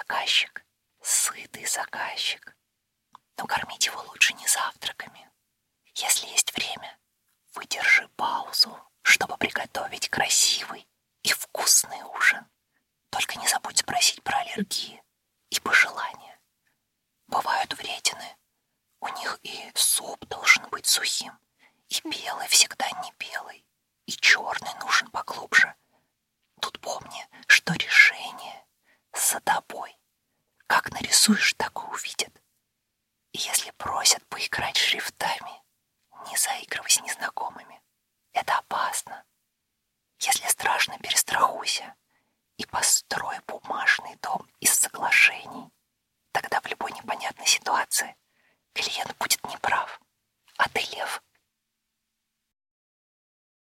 заказчик, сытый заказчик. Но кормить его лучше не завтраками. Если есть время, выдержи паузу, чтобы приготовить красивый и вкусный ужин. Только не забудь спросить про аллергии и пожелания. Бывают вредины. У них и суп должен быть сухим, и белый всегда не белый, и черный нужен поглубже. Тут помни, что решение за тобой. Как нарисуешь, так и увидят. И если просят поиграть шрифтами, не заигрывай с незнакомыми. Это опасно. Если страшно, перестрахуйся и построй бумажный дом из соглашений. Тогда в любой непонятной ситуации клиент будет неправ, а ты, лев,